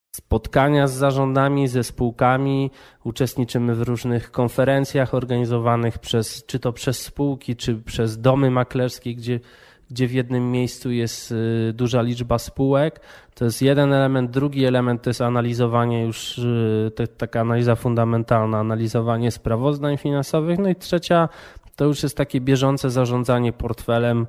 spotkania z zarządami, ze spółkami, uczestniczymy w różnych konferencjach organizowanych czy to przez spółki, czy przez domy maklerskie, gdzie w jednym miejscu jest duża liczba spółek. To jest jeden element. Drugi element to jest analizowanie już, taka analiza fundamentalna, analizowanie sprawozdań finansowych. No i trzecia to już jest takie bieżące zarządzanie portfelem.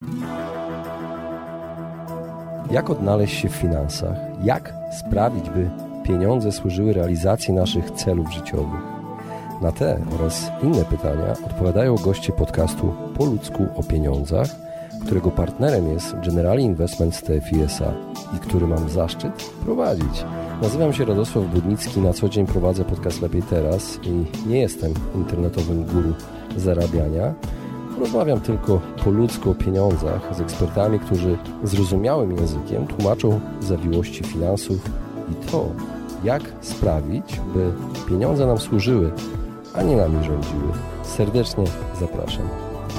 Jak odnaleźć się w finansach? Jak sprawić, by pieniądze służyły realizacji naszych celów życiowych? Na te oraz inne pytania odpowiadają goście podcastu Po ludzku o pieniądzach, którego partnerem jest Generali Investments TFI SA i który mam zaszczyt prowadzić. Nazywam się Radosław Budnicki, na co dzień prowadzę podcast Lepiej Teraz i nie jestem internetowym guru zarabiania. Rozmawiam tylko po ludzku o pieniądzach z ekspertami, którzy zrozumiałym językiem tłumaczą zawiłości finansów i to, jak sprawić, by pieniądze nam służyły, a nie nami rządziły. Serdecznie zapraszam.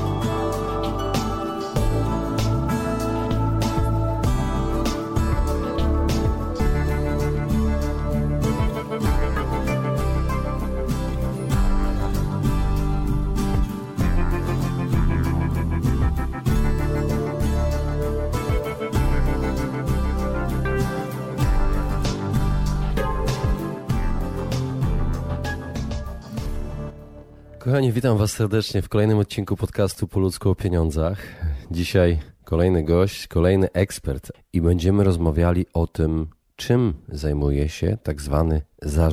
Kochani, witam Was serdecznie w kolejnym odcinku podcastu Po ludzku o pieniądzach. Dzisiaj kolejny gość, kolejny ekspert i będziemy rozmawiali o tym, czym zajmuje się tak zwany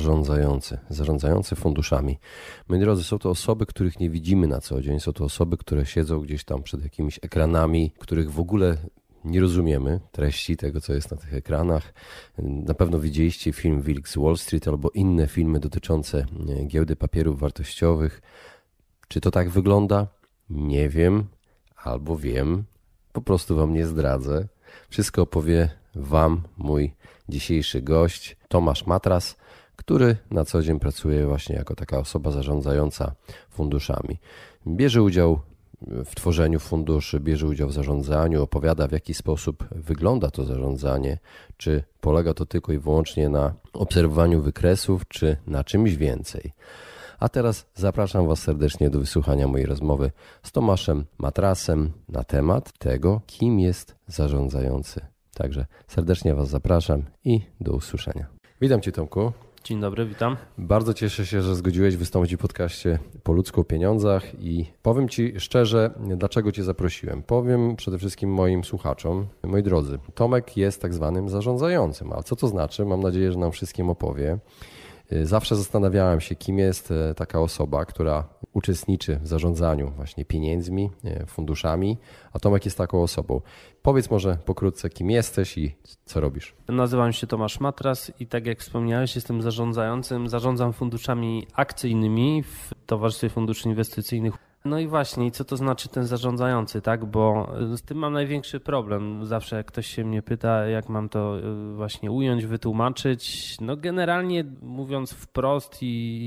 zarządzający funduszami. Moi drodzy, są to osoby, których nie widzimy na co dzień, są to osoby, które siedzą gdzieś tam przed jakimiś ekranami, których w ogóle nie rozumiemy treści tego, co jest na tych ekranach. Na pewno widzieliście film Wilk z Wall Street albo inne filmy dotyczące giełdy papierów wartościowych. Czy to tak wygląda? Nie wiem, albo wiem, po prostu Wam nie zdradzę. Wszystko opowie Wam mój dzisiejszy gość, Tomasz Matras, który na co dzień pracuje właśnie jako taka osoba zarządzająca funduszami. Bierze udział w tworzeniu funduszy, bierze udział w zarządzaniu, opowiada, w jaki sposób wygląda to zarządzanie, czy polega to tylko i wyłącznie na obserwowaniu wykresów, czy na czymś więcej. A teraz zapraszam Was serdecznie do wysłuchania mojej rozmowy z Tomaszem Matrasem na temat tego, kim jest zarządzający. Także serdecznie Was zapraszam i do usłyszenia. Witam Cię, Tomku. Dzień dobry, witam. Bardzo cieszę się, że zgodziłeś wystąpić w podcaście Po ludzku o pieniądzach i powiem Ci szczerze, dlaczego Cię zaprosiłem. Powiem przede wszystkim moim słuchaczom. Moi drodzy, Tomek jest tak zwanym zarządzającym. A co to znaczy? Mam nadzieję, że nam wszystkim opowie. Zawsze zastanawiałem się, kim jest taka osoba, która uczestniczy w zarządzaniu właśnie pieniędzmi, funduszami, a Tomek jest taką osobą. Powiedz może pokrótce, kim jesteś i co robisz. Nazywam się Tomasz Matras i tak jak wspomniałeś, jestem zarządzającym. Zarządzam funduszami akcyjnymi w Towarzystwie Funduszy Inwestycyjnych. No i właśnie, co to znaczy ten zarządzający, tak? Bo z tym mam największy problem. Zawsze jak ktoś się mnie pyta, jak mam to właśnie ująć, wytłumaczyć. No generalnie mówiąc wprost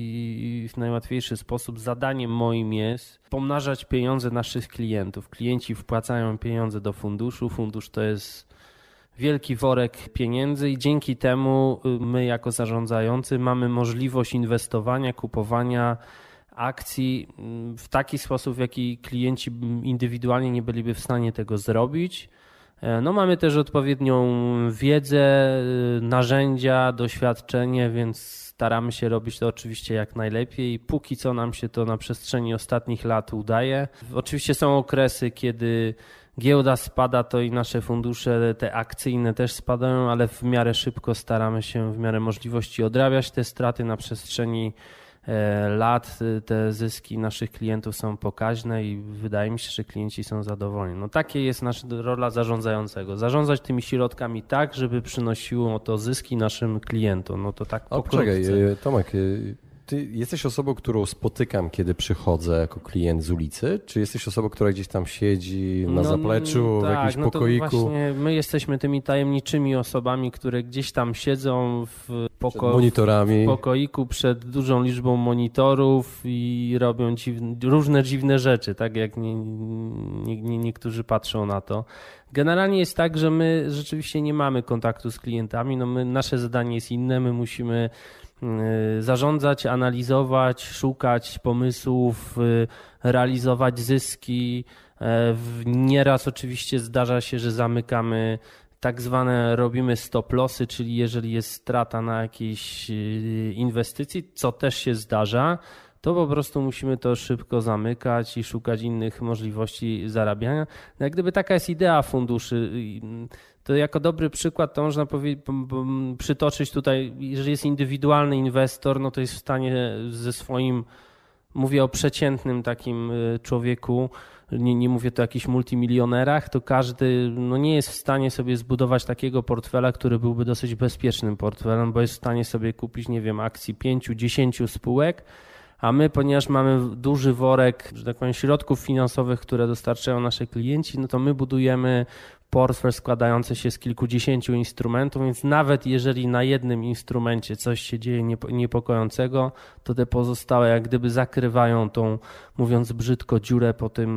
i w najłatwiejszy sposób, zadaniem moim jest pomnażać pieniądze naszych klientów. Klienci wpłacają pieniądze do funduszu. Fundusz to jest wielki worek pieniędzy i dzięki temu my jako zarządzający mamy możliwość inwestowania, kupowania akcji w taki sposób, w jaki klienci indywidualnie nie byliby w stanie tego zrobić. No mamy też odpowiednią wiedzę, narzędzia, doświadczenie, więc staramy się robić to oczywiście jak najlepiej. Póki co nam się to na przestrzeni ostatnich lat udaje. Oczywiście są okresy, kiedy giełda spada, to i nasze fundusze, te akcyjne też spadają, ale w miarę szybko staramy się w miarę możliwości odrabiać te straty na przestrzeni lat. Te zyski naszych klientów są pokaźne i wydaje mi się, że klienci są zadowoleni. No takie jest nasza rola zarządzającego. Zarządzać tymi środkami tak, żeby przynosiło to zyski naszym klientom. No to tak pokrótce. Poczekaj, Tomek, ty jesteś osobą, którą spotykam, kiedy przychodzę jako klient z ulicy? Czy jesteś osobą, która gdzieś tam siedzi na zapleczu, w jakimś pokoiku? To właśnie my jesteśmy tymi tajemniczymi osobami, które gdzieś tam siedzą w monitorami. W pokoiku przed dużą liczbą monitorów i robią różne dziwne rzeczy, tak jak niektórzy patrzą na to. Generalnie jest tak, że my rzeczywiście nie mamy kontaktu z klientami, nasze zadanie jest inne, my musimy zarządzać, analizować, szukać pomysłów, realizować zyski. Nieraz oczywiście zdarza się, że zamykamy tak zwane, robimy stop lossy, czyli jeżeli jest strata na jakiejś inwestycji, co też się zdarza, to po prostu musimy to szybko zamykać i szukać innych możliwości zarabiania. No jak gdyby taka jest idea funduszy, to jako dobry przykład to można przytoczyć tutaj, jeżeli jest indywidualny inwestor, no to jest w stanie ze swoim, mówię o przeciętnym takim człowieku, nie mówię tu o jakichś multimilionerach, to każdy nie jest w stanie sobie zbudować takiego portfela, który byłby dosyć bezpiecznym portfelem, bo jest w stanie sobie kupić, nie wiem, akcji 5-10 spółek, a my, ponieważ mamy duży worek, że tak powiem, środków finansowych, które dostarczają nasi klienci, no to my budujemy portfel składający się z kilkudziesięciu instrumentów, więc nawet jeżeli na jednym instrumencie coś się dzieje niepokojącego, to te pozostałe jak gdyby zakrywają tą, mówiąc brzydko, dziurę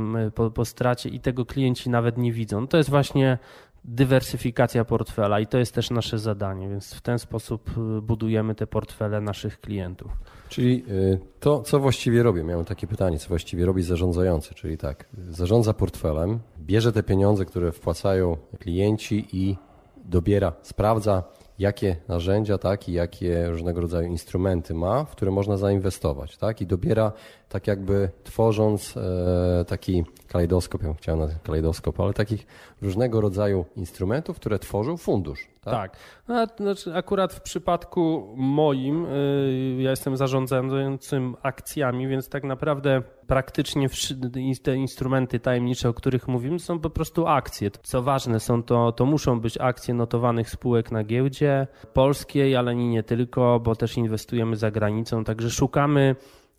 po stracie i tego klienci nawet nie widzą. To jest właśnie dywersyfikacja portfela i to jest też nasze zadanie, więc w ten sposób budujemy te portfele naszych klientów. Czyli to, co właściwie robię, miałem takie pytanie, co właściwie robi zarządzający, czyli tak, zarządza portfelem, bierze te pieniądze, które wpłacają klienci i dobiera, sprawdza, jakie narzędzia, tak, i jakie różnego rodzaju instrumenty ma, w które można zainwestować, tak, i dobiera tak jakby tworząc taki kalejdoskop, ja chciałem nazwać kalejdoskop, ale takich różnego rodzaju instrumentów, które tworzył fundusz. Tak. Znaczy akurat w przypadku moim, ja jestem zarządzającym akcjami, więc tak naprawdę praktycznie te instrumenty tajemnicze, o których mówimy, są po prostu akcje. Co ważne, to muszą być akcje notowanych spółek na giełdzie polskiej, ale nie tylko, bo też inwestujemy za granicą, także szukamy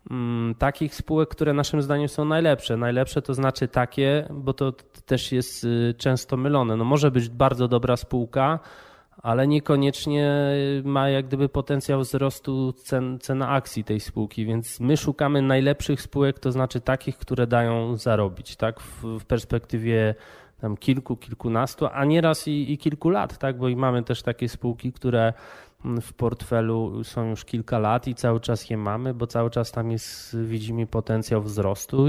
takich spółek, które naszym zdaniem są najlepsze. Najlepsze to znaczy takie, bo to też jest często mylone. Może być bardzo dobra spółka, ale niekoniecznie ma jak gdyby potencjał wzrostu ceny akcji tej spółki, więc my szukamy najlepszych spółek, to znaczy takich, które dają zarobić, tak, w perspektywie tam kilkunastu, a nieraz i kilku lat, tak, bo i mamy też takie spółki, które w portfelu są już kilka lat i cały czas je mamy, bo cały czas tam widzimy potencjał wzrostu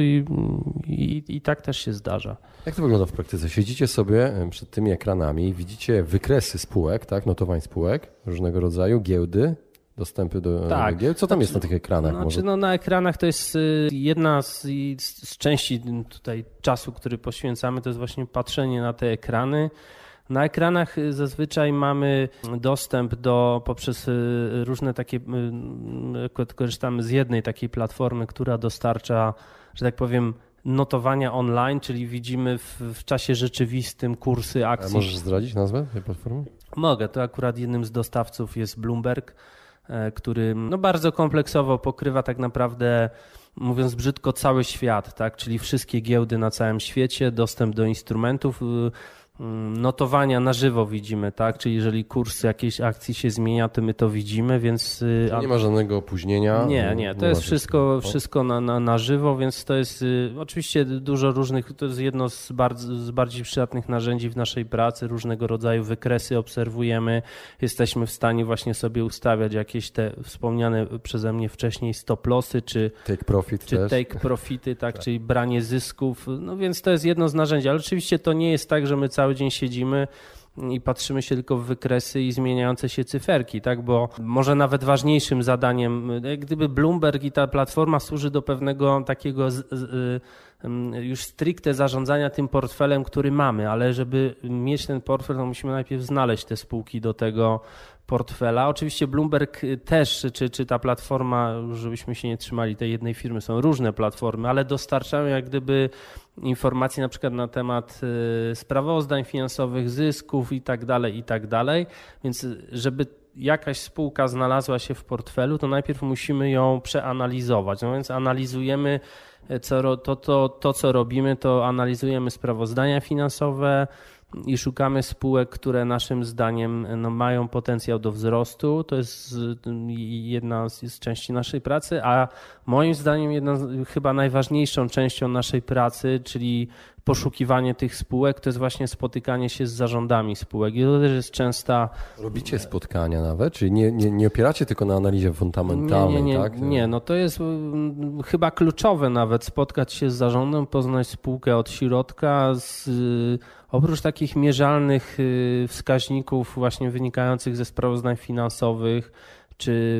i tak też się zdarza. Jak to wygląda w praktyce? Siedzicie sobie przed tymi ekranami, widzicie wykresy spółek, tak, notowań spółek różnego rodzaju, giełdy, dostępy do giełd. Co tam jest na tych ekranach? Na ekranach to jest jedna z części tutaj czasu, który poświęcamy, to jest właśnie patrzenie na te ekrany. Na ekranach zazwyczaj mamy dostęp poprzez różne takie, korzystamy z jednej takiej platformy, która dostarcza, że tak powiem, notowania online, czyli widzimy w czasie rzeczywistym kursy akcji. A możesz zdradzić nazwę tej platformy? Mogę, to akurat jednym z dostawców jest Bloomberg, który bardzo kompleksowo pokrywa tak naprawdę, mówiąc brzydko, cały świat, tak? Czyli wszystkie giełdy na całym świecie, dostęp do instrumentów, notowania na żywo widzimy, tak? Czyli jeżeli kurs jakiejś akcji się zmienia, to my to widzimy, więc... Nie ma żadnego opóźnienia? Nie. To jest wszystko na żywo, więc to jest oczywiście dużo różnych, to jest jedno z bardziej przydatnych narzędzi w naszej pracy, różnego rodzaju wykresy obserwujemy, jesteśmy w stanie właśnie sobie ustawiać jakieś te wspomniane przeze mnie wcześniej stop lossy, czy take profity, tak, czyli branie zysków, więc to jest jedno z narzędzi, ale oczywiście to nie jest tak, że my cały dzień siedzimy i patrzymy się tylko w wykresy i zmieniające się cyferki, tak? Bo może nawet ważniejszym zadaniem, jak gdyby Bloomberg i ta platforma służy do pewnego takiego już stricte zarządzania tym portfelem, który mamy, ale żeby mieć ten portfel, to musimy najpierw znaleźć te spółki do tego portfela. Oczywiście Bloomberg też, czy ta platforma, żebyśmy się nie trzymali tej jednej firmy, są różne platformy, ale dostarczają jak gdyby informacji na przykład na temat sprawozdań finansowych, zysków i tak dalej, więc żeby jakaś spółka znalazła się w portfelu, to najpierw musimy ją przeanalizować, więc analizujemy co robimy, to analizujemy sprawozdania finansowe, i szukamy spółek, które naszym zdaniem mają potencjał do wzrostu. To jest jedna z części naszej pracy, a moim zdaniem chyba najważniejszą częścią naszej pracy, czyli poszukiwanie tych spółek, to jest właśnie spotykanie się z zarządami spółek i to też jest częsta... Robicie spotkania nawet? Czyli nie opieracie tylko na analizie fundamentalnej, tak? Nie, no to jest chyba kluczowe nawet spotkać się z zarządem, poznać spółkę od środka, oprócz takich mierzalnych wskaźników właśnie wynikających ze sprawozdań finansowych, czy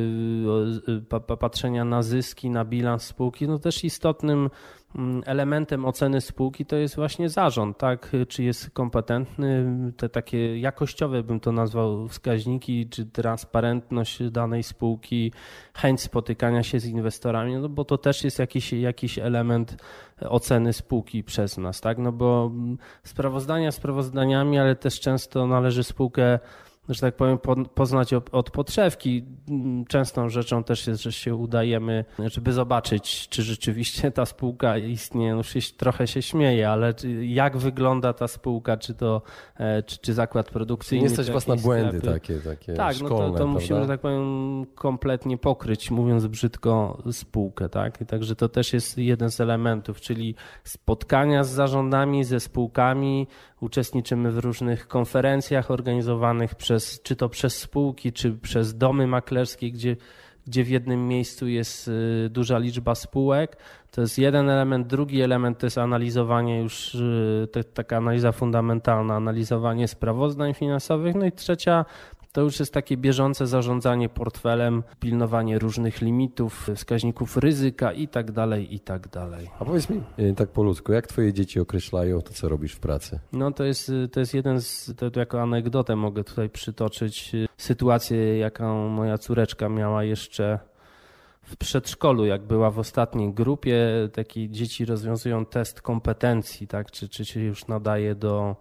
patrzenia na zyski, na bilans spółki, no też istotnym elementem oceny spółki to jest właśnie zarząd, tak? Czy jest kompetentny, te takie jakościowe bym to nazwał wskaźniki, czy transparentność danej spółki, chęć spotykania się z inwestorami, no bo to też jest jakiś element oceny spółki przez nas, tak? No bo sprawozdaniami, ale też często należy spółkę, że tak powiem, poznać od podszewki. Częstą rzeczą też jest, że się udajemy, żeby zobaczyć, czy rzeczywiście ta spółka istnieje. No trochę się śmieje, ale jak wygląda ta spółka, czy zakład produkcyjny. Nie stać was na błędy takie tak, szkolne, no to musimy, że tak powiem, kompletnie pokryć, mówiąc brzydko, spółkę. Tak? I także to też jest jeden z elementów, czyli spotkania z zarządami, ze spółkami. Uczestniczymy w różnych konferencjach organizowanych czy to przez spółki, czy przez domy maklerskie, gdzie w jednym miejscu jest duża liczba spółek. To jest jeden element. Drugi element to jest analizowanie już, taka analiza fundamentalna, analizowanie sprawozdań finansowych. No i trzecia to już jest takie bieżące zarządzanie portfelem, pilnowanie różnych limitów, wskaźników ryzyka i tak dalej, i tak dalej. A powiedz mi tak po ludzku, jak twoje dzieci określają to, co robisz w pracy? No to jest jeden to jako anegdotę mogę tutaj przytoczyć sytuację, jaką moja córeczka miała jeszcze w przedszkolu, jak była w ostatniej grupie. Takie dzieci rozwiązują test kompetencji, tak? Czy się już nadaje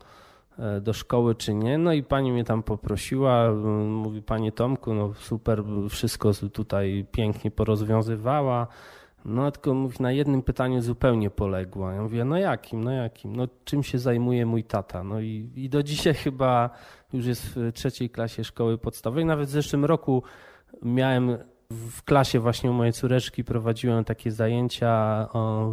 do szkoły, czy nie. No i pani mnie tam poprosiła, mówi: panie Tomku, no super, wszystko tutaj pięknie porozwiązywała, no tylko mówi, na jednym pytaniu zupełnie poległa. Ja mówię, no jakim? No czym się zajmuje mój tata? No i do dzisiaj chyba już jest w 3. klasie szkoły podstawowej. Nawet w zeszłym roku miałem w klasie właśnie u mojej córeczki, prowadziłem takie zajęcia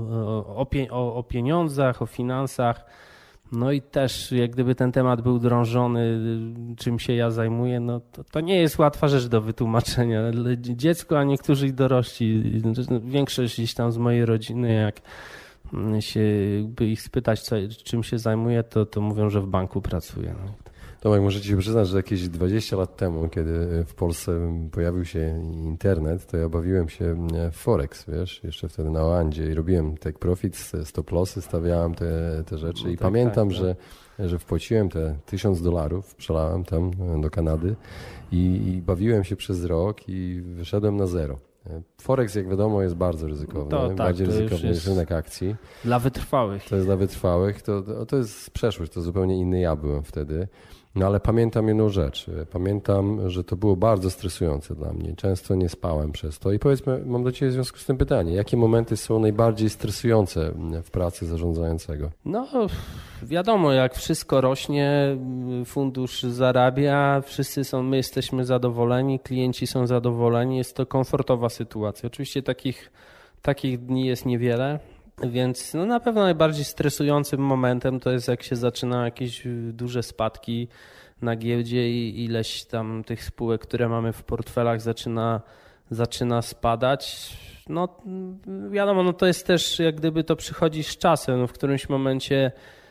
o pieniądzach, o finansach. No i też jak gdyby ten temat był drążony, czym się ja zajmuję, no to nie jest łatwa rzecz do wytłumaczenia. Dziecko, a niektórzy i dorośli, większość gdzieś tam z mojej rodziny, jak się by ich spytać, czym się zajmuje, to mówią, że w banku pracuje. No. Tomek, muszę ci się przyznać, że jakieś 20 lat temu, kiedy w Polsce pojawił się internet, to ja bawiłem się w Forex, wiesz, jeszcze wtedy na Oandzie i robiłem take profit, stop lossy, stawiałem te rzeczy i pamiętam, że wpłaciłem te $1000, przelałem tam do Kanady i bawiłem się przez rok i wyszedłem na zero. Forex, jak wiadomo, jest bardzo ryzykowny, bardziej ryzykowny jest rynek akcji. Dla wytrwałych. To jest dla wytrwałych, to jest przeszłość, to zupełnie inny ja byłem wtedy. No ale pamiętam jedną rzecz. Pamiętam, że to było bardzo stresujące dla mnie. Często nie spałem przez to. I powiedzmy, mam do ciebie w związku z tym pytanie. Jakie momenty są najbardziej stresujące w pracy zarządzającego? No wiadomo, jak wszystko rośnie, fundusz zarabia, my jesteśmy zadowoleni, klienci są zadowoleni. Jest to komfortowa sytuacja. Oczywiście takich dni jest niewiele. Więc no na pewno najbardziej stresującym momentem to jest, jak się zaczynają jakieś duże spadki na giełdzie i ileś tam tych spółek, które mamy w portfelach, zaczyna spadać. No wiadomo, no to jest też, jak gdyby to przychodzi z czasem. No w którymś momencie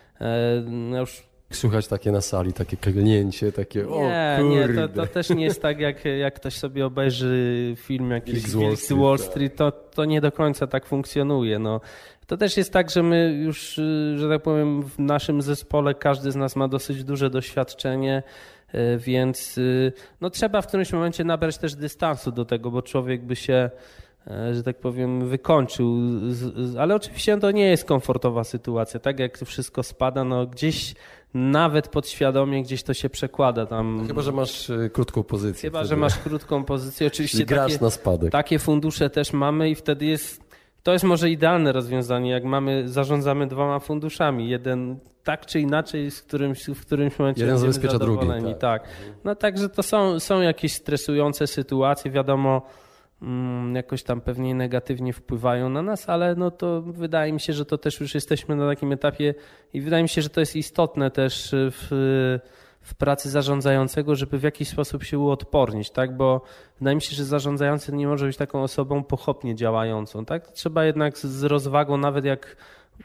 już... Słychać takie na sali, takie klnięcie, takie Nie, to też nie jest tak, jak ktoś sobie obejrzy film jakiś z Wall Street, to nie do końca tak funkcjonuje. No. To też jest tak, że my już, że tak powiem, w naszym zespole każdy z nas ma dosyć duże doświadczenie, więc no, trzeba w którymś momencie nabrać też dystansu do tego, bo człowiek by się, że tak powiem, wykończył. Ale oczywiście to nie jest komfortowa sytuacja. Tak jak wszystko spada, no gdzieś nawet podświadomie gdzieś to się przekłada tam. Chyba że masz krótką pozycję. Że masz krótką pozycję. Oczywiście grasz na spadek. Takie fundusze też mamy i wtedy jest To jest może idealne rozwiązanie, jak zarządzamy 2 funduszami. Jeden tak czy inaczej, w którymś momencie jeden zabezpiecza drugi. Tak. No także to są jakieś stresujące sytuacje, wiadomo, jakoś tam pewnie negatywnie wpływają na nas, ale no to wydaje mi się, że to też już jesteśmy na takim etapie i wydaje mi się, że to jest istotne też w pracy zarządzającego, żeby w jakiś sposób się uodpornić, tak? Bo wydaje mi się, że zarządzający nie może być taką osobą pochopnie działającą, tak? Trzeba jednak z rozwagą, nawet jak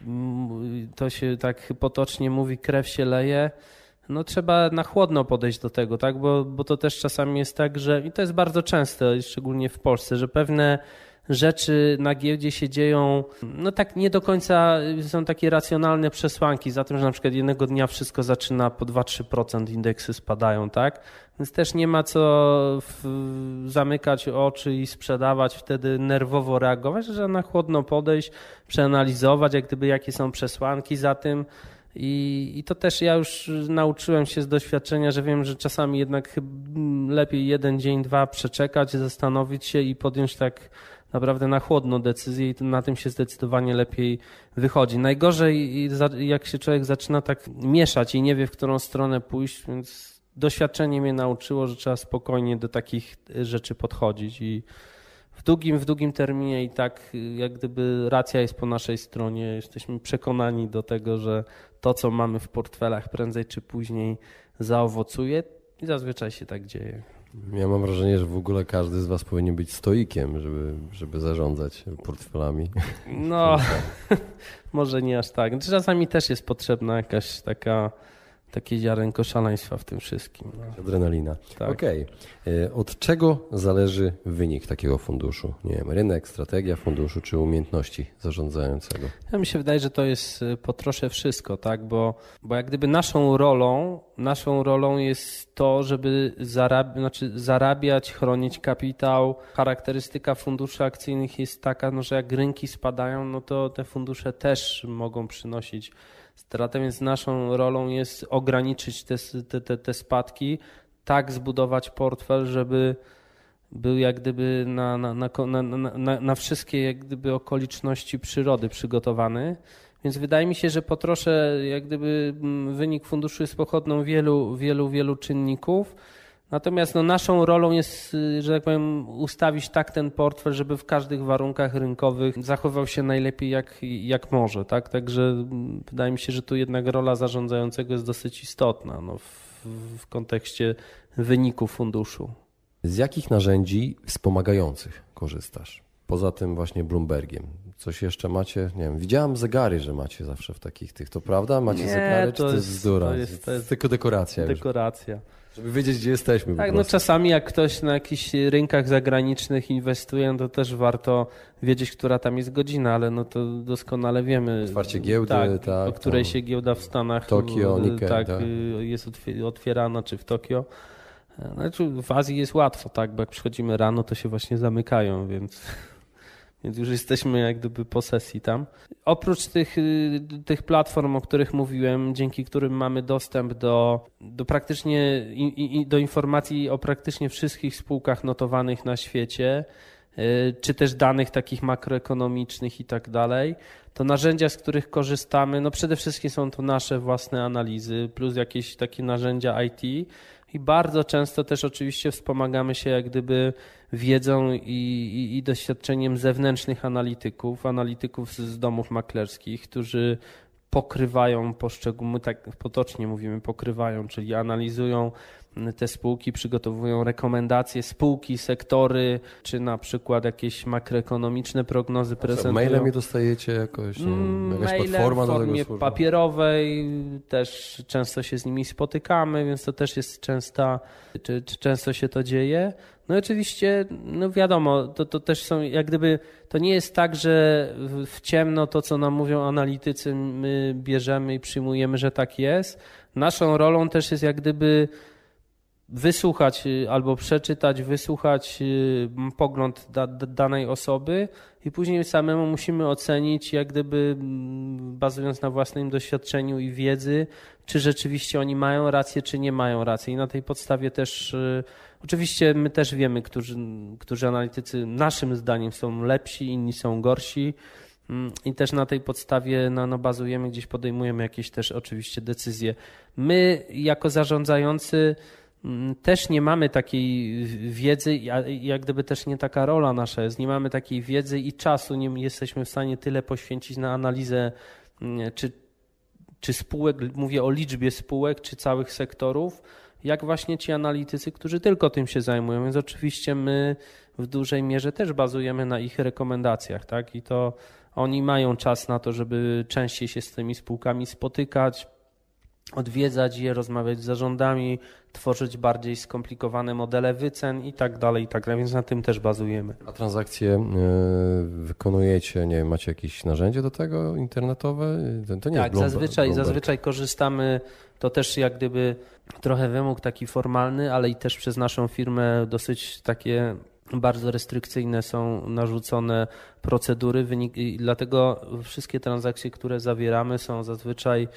to się tak potocznie mówi, krew się leje, no trzeba na chłodno podejść do tego, tak? Bo to też czasami jest tak, że i to jest bardzo częste, szczególnie w Polsce, że pewne rzeczy na giełdzie się dzieją, no tak nie do końca są takie racjonalne przesłanki za tym, że na przykład jednego dnia wszystko zaczyna po 2-3% indeksy spadają, tak? Więc też nie ma co zamykać oczy i sprzedawać, wtedy nerwowo reagować, że na chłodno podejść, przeanalizować, jak gdyby jakie są przesłanki za tym. I to też ja już nauczyłem się z doświadczenia, że wiem, że czasami jednak lepiej 1 dzień, 2 przeczekać, zastanowić się i podjąć tak naprawdę na chłodno decyzję i na tym się zdecydowanie lepiej wychodzi. Najgorzej, jak się człowiek zaczyna tak mieszać i nie wie, w którą stronę pójść, więc doświadczenie mnie nauczyło, że trzeba spokojnie do takich rzeczy podchodzić i w długim terminie i tak jak gdyby racja jest po naszej stronie. Jesteśmy przekonani do tego, że to, co mamy w portfelach prędzej czy później zaowocuje i zazwyczaj się tak dzieje. Ja mam wrażenie, że w ogóle każdy z was powinien być stoikiem, żeby zarządzać portfelami. No, może nie aż tak. Czasami też jest potrzebna jakaś takie ziarenko szaleństwa w tym wszystkim. No. Adrenalina. Tak. Okej. Od czego zależy wynik takiego funduszu? Nie wiem, rynek, strategia funduszu czy umiejętności zarządzającego? Ja mi się wydaje, że to jest po trosze wszystko, tak? Bo jak gdyby naszą rolą jest to, żeby zarabiać, chronić kapitał. Charakterystyka funduszy akcyjnych jest taka, no, że jak rynki spadają, no to te fundusze też mogą przynosić stratę, więc naszą rolą jest ograniczyć te spadki, tak zbudować portfel, żeby był jak gdyby na wszystkie jak gdyby okoliczności przyrody przygotowany. Więc wydaje mi się, że po trosze jak gdyby wynik funduszu jest pochodną wielu czynników. Natomiast naszą rolą jest, że tak powiem, ustawić tak ten portfel, żeby w każdych warunkach rynkowych zachował się najlepiej jak może. Tak? Także wydaje mi się, że tu jednak rola zarządzającego jest dosyć istotna w kontekście wyniku funduszu. Z jakich narzędzi wspomagających korzystasz? Poza tym właśnie Bloombergiem. Coś jeszcze macie? Nie wiem, widziałem zegary, że macie zawsze w takich tych. To prawda? Macie zegary? Czy to jest bzdura? To jest tylko dekoracja. Dekoracja. Żeby wiedzieć, gdzie jesteśmy. Tak, no czasami jak ktoś na jakichś rynkach zagranicznych inwestuje, no to też warto wiedzieć, która tam jest godzina, ale no to doskonale wiemy. Otwarcie giełdy, o której się giełda w Stanach Tokio, Nikkei, tak, jest otwierana, czy w Tokio. Znaczy w Azji jest łatwo, tak, bo jak przychodzimy rano, to się właśnie zamykają, więc już jesteśmy jak gdyby po sesji tam. Oprócz tych platform, o których mówiłem, dzięki którym mamy dostęp do praktycznie do informacji o praktycznie wszystkich spółkach notowanych na świecie, czy też danych takich makroekonomicznych i tak dalej, to narzędzia, z których korzystamy, no przede wszystkim są to nasze własne analizy, plus jakieś takie narzędzia IT i bardzo często też oczywiście wspomagamy się jak gdyby wiedzą i doświadczeniem zewnętrznych analityków z domów maklerskich, którzy pokrywają my tak potocznie mówimy pokrywają, czyli analizują te spółki, przygotowują rekomendacje spółki, sektory, czy na przykład jakieś makroekonomiczne prognozy prezentują. Mailem je dostajecie jakoś? Nie wiem, jakaś platforma w formie do tego służy? papierowej, też często się z nimi spotykamy, więc to też jest często się to dzieje. No i oczywiście, no wiadomo, to też są jak gdyby, to nie jest tak, że w ciemno to, co nam mówią analitycy, my bierzemy i przyjmujemy, że tak jest. Naszą rolą też jest jak gdyby wysłuchać albo przeczytać, wysłuchać pogląd danej osoby i później samemu musimy ocenić, jak gdyby bazując na własnym doświadczeniu i wiedzy, czy rzeczywiście oni mają rację, czy nie mają racji. I na tej podstawie też Oczywiście my też wiemy, którzy analitycy naszym zdaniem są lepsi, inni są gorsi i też na tej podstawie bazujemy, gdzieś podejmujemy jakieś też oczywiście decyzje. My jako zarządzający też nie mamy takiej wiedzy, jak gdyby też nie taka rola nasza jest, nie mamy takiej wiedzy i czasu, nie jesteśmy w stanie tyle poświęcić na analizę czy spółek, mówię o liczbie spółek, czy całych sektorów, jak właśnie ci analitycy, którzy tylko tym się zajmują. Więc oczywiście my w dużej mierze też bazujemy na ich rekomendacjach, tak? I to oni mają czas na to, żeby częściej się z tymi spółkami spotykać, odwiedzać je, rozmawiać z zarządami, tworzyć bardziej skomplikowane modele wycen i tak dalej, więc na tym też bazujemy. A transakcje wykonujecie, nie wiem, macie jakieś narzędzie do tego internetowe? To nie tak, jest zazwyczaj korzystamy, to też jak gdyby trochę wymóg taki formalny, ale i też przez naszą firmę dosyć takie bardzo restrykcyjne są narzucone procedury, dlatego wszystkie transakcje, które zawieramy są zazwyczaj,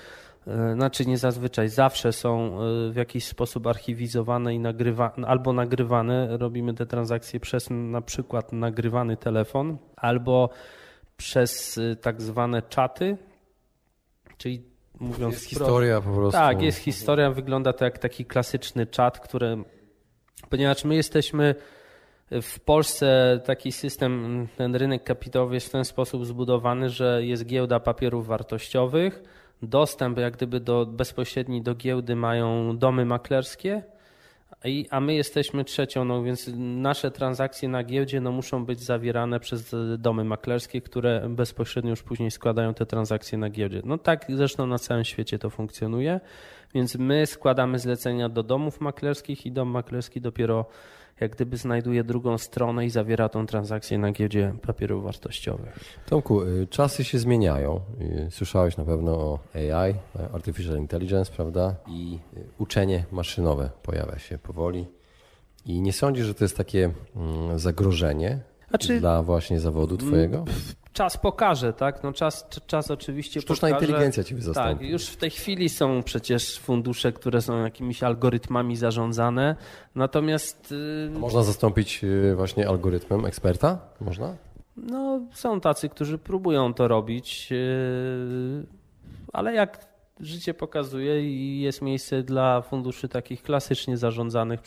zawsze są w jakiś sposób archiwizowane i albo nagrywane. Robimy te transakcje przez na przykład nagrywany telefon albo przez tak zwane czaty, czyli mówiąc jest historia po prostu. Tak, jest historia, wygląda to jak taki klasyczny czat, ponieważ my jesteśmy w Polsce taki system, ten rynek kapitałowy jest w ten sposób zbudowany, że jest giełda papierów wartościowych, dostęp jak gdyby bezpośredni do giełdy mają domy maklerskie, a my jesteśmy trzecią, więc nasze transakcje na giełdzie muszą być zawierane przez domy maklerskie, które bezpośrednio już później składają te transakcje na giełdzie. Tak zresztą na całym świecie to funkcjonuje, więc my składamy zlecenia do domów maklerskich i dom maklerski dopiero jak gdyby znajduje drugą stronę i zawiera tą transakcję na giełdzie papierów wartościowych. Tomku, czasy się zmieniają. Słyszałeś na pewno o AI, Artificial Intelligence, prawda? I uczenie maszynowe pojawia się powoli. I nie sądzisz, że to jest takie zagrożenie dla właśnie zawodu twojego? Czas pokaże, tak? Czas oczywiście Sztuczna pokaże. inteligencja ci zastąpi. Tak, już w tej chwili są przecież fundusze, które są jakimiś algorytmami zarządzane, natomiast... Można zastąpić właśnie algorytmem eksperta? Można? Są tacy, którzy próbują to robić, ale jak życie pokazuje i jest miejsce dla funduszy takich klasycznie zarządzanych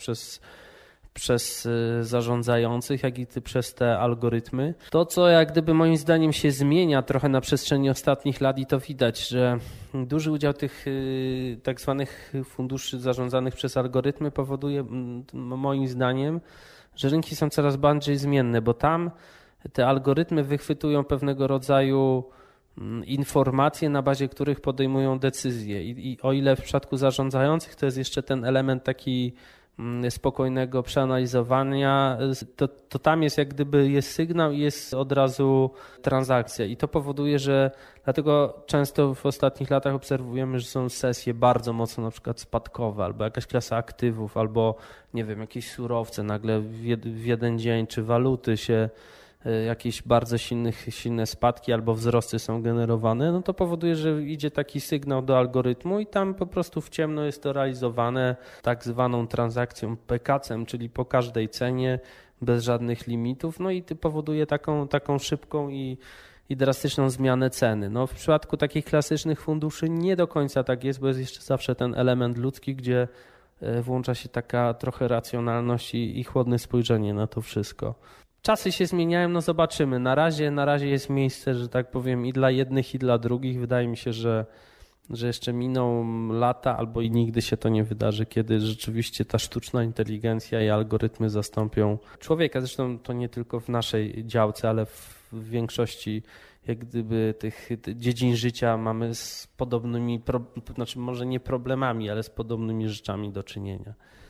przez zarządzających, jak i przez te algorytmy. To, co jak gdyby moim zdaniem się zmienia trochę na przestrzeni ostatnich lat i to widać, że duży udział tych tak zwanych funduszy zarządzanych przez algorytmy powoduje moim zdaniem, że rynki są coraz bardziej zmienne, bo tam te algorytmy wychwytują pewnego rodzaju informacje, na bazie których podejmują decyzje i o ile w przypadku zarządzających to jest jeszcze ten element taki spokojnego przeanalizowania, to tam jest jak gdyby jest sygnał i jest od razu transakcja i to powoduje, że dlatego często w ostatnich latach obserwujemy, że są sesje bardzo mocno na przykład spadkowe albo jakaś klasa aktywów albo nie wiem, jakieś surowce nagle w jeden dzień czy waluty się jakieś bardzo silne spadki albo wzrosty są generowane, to powoduje, że idzie taki sygnał do algorytmu i tam po prostu w ciemno jest to realizowane tak zwaną transakcją PKC-em, czyli po każdej cenie, bez żadnych limitów, i to powoduje taką szybką i drastyczną zmianę ceny. W przypadku takich klasycznych funduszy nie do końca tak jest, bo jest jeszcze zawsze ten element ludzki, gdzie włącza się taka trochę racjonalność i chłodne spojrzenie na to wszystko. Czasy się zmieniają, zobaczymy. Na razie jest miejsce, że tak powiem, i dla jednych, i dla drugich. Wydaje mi się, że jeszcze miną lata albo i nigdy się to nie wydarzy, kiedy rzeczywiście ta sztuczna inteligencja i algorytmy zastąpią człowieka. Zresztą to nie tylko w naszej działce, ale w większości jak gdyby tych dziedzin życia mamy z podobnymi, może nie problemami, ale z podobnymi rzeczami do czynienia.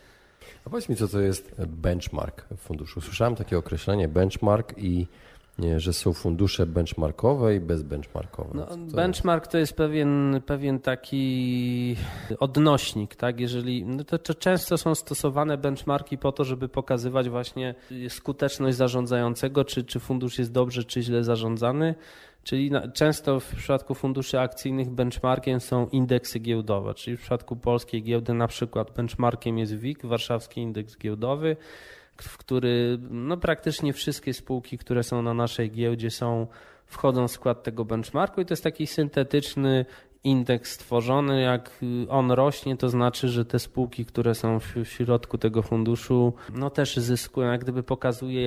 A powiedz mi, co to jest benchmark w funduszu? Słyszałem takie określenie benchmark i że są fundusze benchmarkowe i bezbenchmarkowe. Benchmark to jest pewien taki odnośnik, tak? Jeżeli to często są stosowane benchmarki po to, żeby pokazywać właśnie skuteczność zarządzającego, czy fundusz jest dobrze, czy źle zarządzany. Czyli często w przypadku funduszy akcyjnych benchmarkiem są indeksy giełdowe, czyli w przypadku polskiej giełdy na przykład benchmarkiem jest WIG, Warszawski Indeks Giełdowy, w który praktycznie wszystkie spółki, które są na naszej giełdzie wchodzą w skład tego benchmarku i to jest taki syntetyczny indeks stworzony. Jak on rośnie, to znaczy, że te spółki, które są w środku tego funduszu, też zyskują, jak gdyby pokazuje,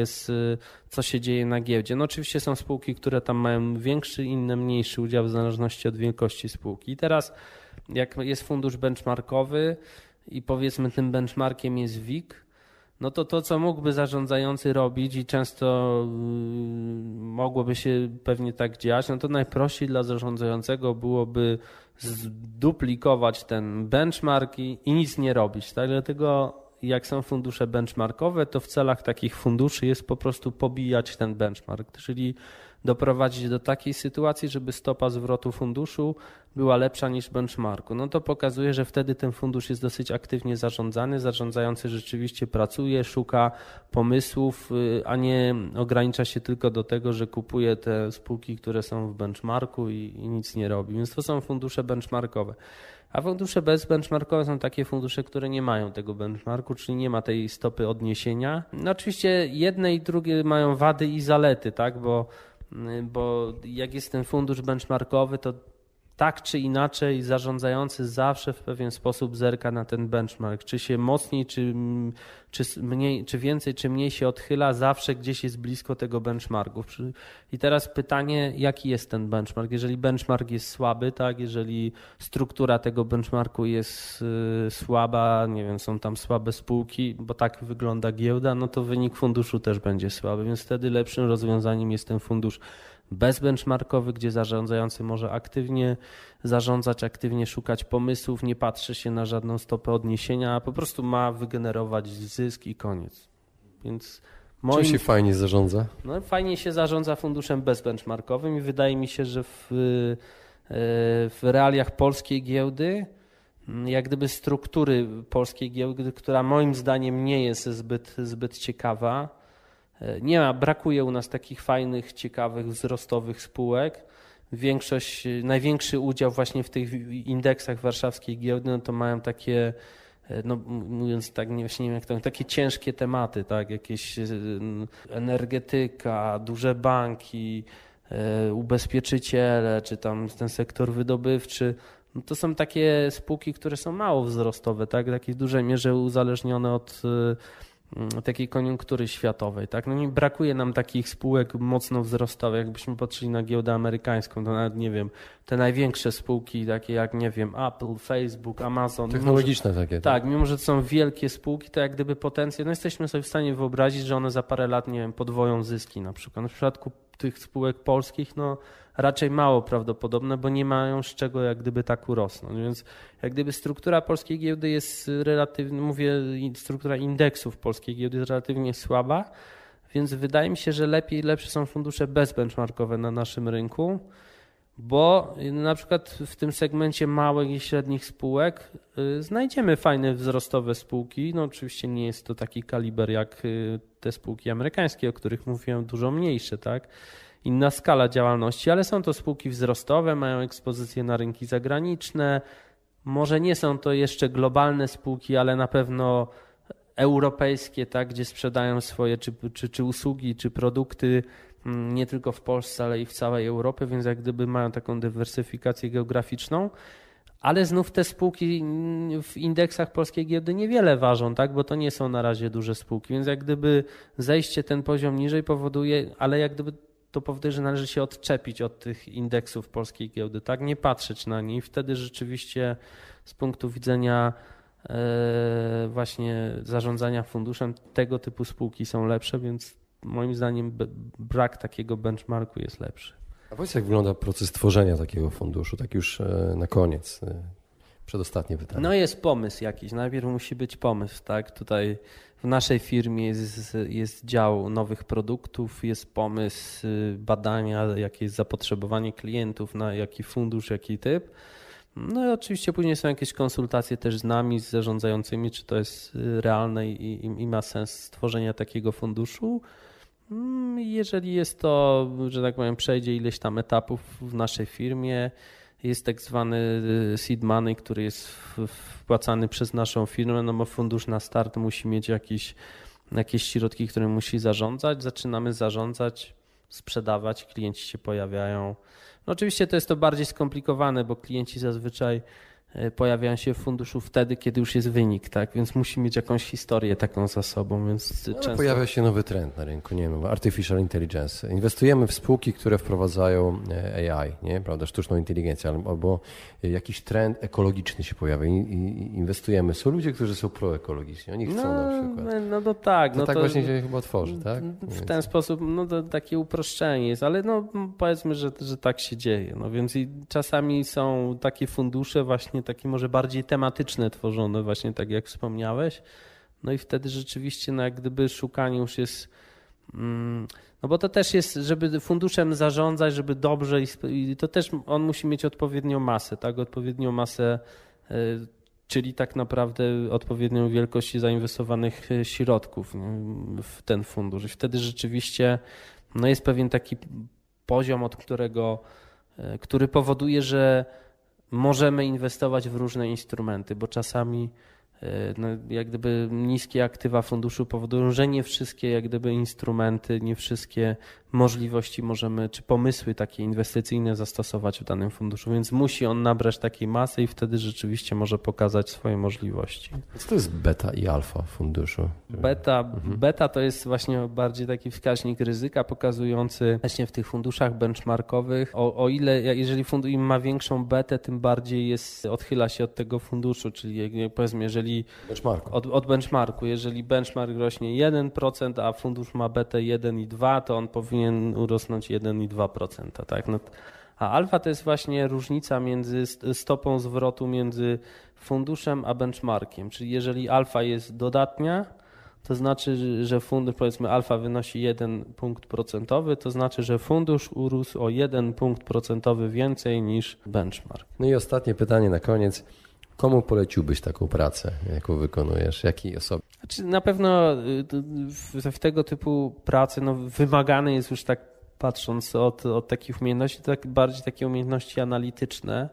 co się dzieje na giełdzie. Oczywiście są spółki, które tam mają większy, inne mniejszy udział w zależności od wielkości spółki. I teraz jak jest fundusz benchmarkowy i powiedzmy tym benchmarkiem jest WIG, to co mógłby zarządzający robić i często mogłoby się pewnie tak dziać, to najprościej dla zarządzającego byłoby zduplikować ten benchmark i nic nie robić. Tak? Dlatego jak są fundusze benchmarkowe, to w celach takich funduszy jest po prostu pobijać ten benchmark, czyli doprowadzić do takiej sytuacji, żeby stopa zwrotu funduszu była lepsza niż benchmarku. To pokazuje, że wtedy ten fundusz jest dosyć aktywnie zarządzany, zarządzający rzeczywiście pracuje, szuka pomysłów, a nie ogranicza się tylko do tego, że kupuje te spółki, które są w benchmarku i nic nie robi. Więc to są fundusze benchmarkowe. A fundusze bezbenchmarkowe są takie fundusze, które nie mają tego benchmarku, czyli nie ma tej stopy odniesienia. Oczywiście jedne i drugie mają wady i zalety, tak? Bo jak jest ten fundusz benchmarkowy, to tak czy inaczej zarządzający zawsze w pewien sposób zerka na ten benchmark. Czy się mocniej, czy mniej, czy więcej, czy mniej się odchyla, zawsze gdzieś jest blisko tego benchmarku. I teraz pytanie, jaki jest ten benchmark? Jeżeli benchmark jest słaby, tak, jeżeli struktura tego benchmarku jest słaba, nie wiem, są tam słabe spółki, bo tak wygląda giełda, to wynik funduszu też będzie słaby, więc wtedy lepszym rozwiązaniem jest ten fundusz bezbenchmarkowy, gdzie zarządzający może aktywnie zarządzać, aktywnie szukać pomysłów, nie patrzy się na żadną stopę odniesienia, a po prostu ma wygenerować zysk i koniec. Więc Czym się fajnie zarządza? Fajnie się zarządza funduszem bezbenchmarkowym i wydaje mi się, że w realiach polskiej giełdy, jak gdyby struktury polskiej giełdy, która moim zdaniem nie jest zbyt ciekawa, brakuje u nas takich fajnych, ciekawych, wzrostowych spółek. Największy udział właśnie w tych indeksach warszawskiej giełdy, to mają takie, mówiąc tak, nie wiem jak to, takie ciężkie tematy, tak, jakieś energetyka, duże banki, ubezpieczyciele, czy tam ten sektor wydobywczy. To są takie spółki, które są mało wzrostowe, tak, w takiej dużej mierze uzależnione od takiej koniunktury światowej. Tak? Brakuje nam takich spółek mocno wzrostowych. Jakbyśmy patrzyli na giełdę amerykańską, to nawet nie wiem, te największe spółki, takie jak nie wiem, Apple, Facebook, Amazon. Technologiczne takie. Tak, mimo że to są wielkie spółki, to jak gdyby potencjał, jesteśmy sobie w stanie wyobrazić, że one za parę lat, nie wiem, podwoją zyski na przykład. W przypadku tych spółek polskich, raczej mało prawdopodobne, bo nie mają z czego jak gdyby tak urosnąć. Więc jak gdyby struktura polskiej giełdy jest relatywnie, struktura indeksów polskiej giełdy jest relatywnie słaba, więc wydaje mi się, że lepsze są fundusze bezbenchmarkowe na naszym rynku, bo na przykład w tym segmencie małych i średnich spółek znajdziemy fajne wzrostowe spółki. Oczywiście nie jest to taki kaliber jak te spółki amerykańskie, o których mówiłem, dużo mniejsze, tak? Inna skala działalności, ale są to spółki wzrostowe, mają ekspozycję na rynki zagraniczne. Może nie są to jeszcze globalne spółki, ale na pewno europejskie, tak, gdzie sprzedają swoje czy usługi, czy produkty nie tylko w Polsce, ale i w całej Europie, więc jak gdyby mają taką dywersyfikację geograficzną. Ale znów te spółki w indeksach polskiej giełdy niewiele ważą, tak, bo to nie są na razie duże spółki, więc jak gdyby zejście ten poziom niżej powoduje, ale jak gdyby to powoduje, że należy się odczepić od tych indeksów polskiej giełdy, tak? Nie patrzeć na nie i wtedy rzeczywiście z punktu widzenia właśnie zarządzania funduszem tego typu spółki są lepsze, więc moim zdaniem brak takiego benchmarku jest lepszy. A powiedz, jak wygląda proces tworzenia takiego funduszu, tak już na koniec, przedostatnie pytanie. Jest pomysł jakiś, najpierw musi być pomysł, tak? Tutaj w naszej firmie jest dział nowych produktów, jest pomysł badania, jakie jest zapotrzebowanie klientów, na jaki fundusz, jaki typ. I oczywiście później są jakieś konsultacje też z nami, z zarządzającymi, czy to jest realne i ma sens stworzenia takiego funduszu. Jeżeli jest to, że tak powiem, przejdzie ileś tam etapów w naszej firmie, jest tak zwany seed money, który jest wpłacany przez naszą firmę, no bo fundusz na start musi mieć jakieś środki, które musi zarządzać. Zaczynamy zarządzać, sprzedawać, klienci się pojawiają. No oczywiście to jest to bardziej skomplikowane, bo klienci zazwyczaj pojawiają się w funduszu wtedy, kiedy już jest wynik, tak? Więc musi mieć jakąś historię taką za sobą, więc często... Pojawia się nowy trend na rynku, nie wiem, artificial intelligence. Inwestujemy w spółki, które wprowadzają AI, nie? Prawda, sztuczną inteligencję, albo jakiś trend ekologiczny się pojawia i inwestujemy. Są ludzie, którzy są proekologiczni, oni chcą na przykład. No to tak. To tak właśnie się chyba tworzy, tak? W ten sposób, no to takie uproszczenie jest, ale no powiedzmy, że tak się dzieje. No więc i czasami są takie fundusze właśnie takie może bardziej tematyczne tworzone, właśnie tak jak wspomniałeś. No i wtedy rzeczywiście no jak gdyby szukanie już jest, no bo to też jest, żeby funduszem zarządzać, żeby dobrze i to też on musi mieć odpowiednią masę, tak? Odpowiednią masę, czyli tak naprawdę odpowiednią wielkość zainwestowanych środków w ten fundusz. I wtedy rzeczywiście no jest pewien taki poziom, który powoduje, że możemy inwestować w różne instrumenty, bo czasami no, jak gdyby niskie aktywa funduszu powodują, że nie wszystkie jak gdyby instrumenty, nie wszystkie możliwości możemy, czy pomysły takie inwestycyjne zastosować w danym funduszu, więc musi on nabrać takiej masy i wtedy rzeczywiście może pokazać swoje możliwości. Co to jest beta i alfa funduszu? Beta to jest właśnie bardziej taki wskaźnik ryzyka pokazujący właśnie w tych funduszach benchmarkowych, o ile, jeżeli fundusz ma większą betę, tym bardziej odchyla się od tego funduszu, czyli powiedzmy, jeżeli od benchmarku, jeżeli benchmark rośnie 1%, a fundusz ma betę 1,2, to on powinien urosnąć 1,2%. Tak? No, a alfa to jest właśnie różnica między stopą zwrotu między funduszem a benchmarkiem, czyli jeżeli alfa jest dodatnia, to znaczy, że fundusz, powiedzmy alfa wynosi 1 punkt procentowy, to znaczy, że fundusz urósł o 1 punkt procentowy więcej niż benchmark. No i ostatnie pytanie na koniec. Komu poleciłbyś taką pracę, jaką wykonujesz? Jakiej osobie? Znaczy, na pewno w tego typu pracy no, wymagane jest już tak patrząc od takich umiejętności, to bardziej takie umiejętności analityczne.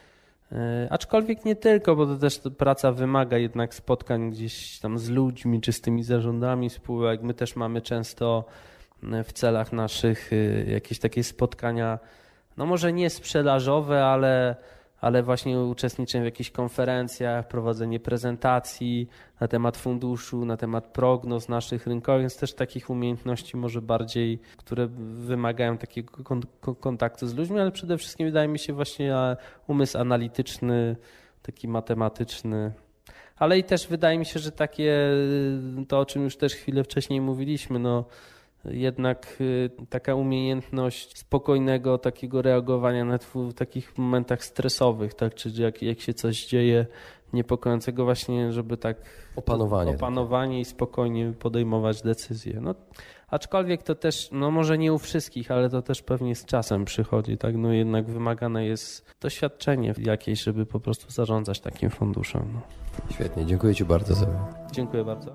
Aczkolwiek nie tylko, bo to też praca wymaga jednak spotkań gdzieś tam z ludźmi czy z tymi zarządami spółek. My też mamy często w celach naszych jakieś takie spotkania, no może nie sprzedażowe, ale właśnie uczestniczę w jakichś konferencjach, prowadzenie prezentacji na temat funduszu, na temat prognoz naszych rynkowych, więc też takich umiejętności może bardziej, które wymagają takiego kontaktu z ludźmi, ale przede wszystkim wydaje mi się właśnie umysł analityczny, taki matematyczny. Ale i też wydaje mi się, że to o czym już też chwilę wcześniej mówiliśmy, no jednak taka umiejętność spokojnego takiego reagowania w takich momentach stresowych, tak, czy jak się coś dzieje niepokojącego właśnie, żeby tak opanowanie i spokojnie podejmować decyzje. No, aczkolwiek to też, no może nie u wszystkich, ale to też pewnie z czasem przychodzi, tak, no jednak wymagane jest doświadczenie jakieś, żeby po prostu zarządzać takim funduszem. No. Świetnie, dziękuję Ci bardzo za. Dziękuję bardzo.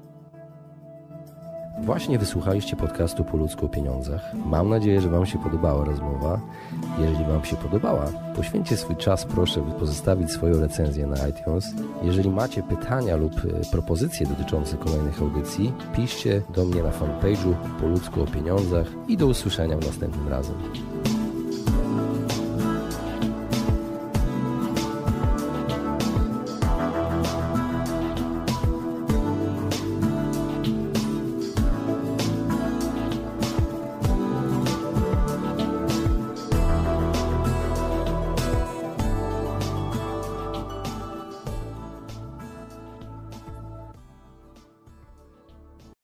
Właśnie wysłuchaliście podcastu Po ludzku o pieniądzach. Mam nadzieję, że Wam się podobała rozmowa. Jeżeli Wam się podobała, poświęćcie swój czas, proszę, by pozostawić swoją recenzję na iTunes. Jeżeli macie pytania lub propozycje dotyczące kolejnych audycji, piszcie do mnie na fanpage'u Po ludzku o pieniądzach i do usłyszenia następnym razem.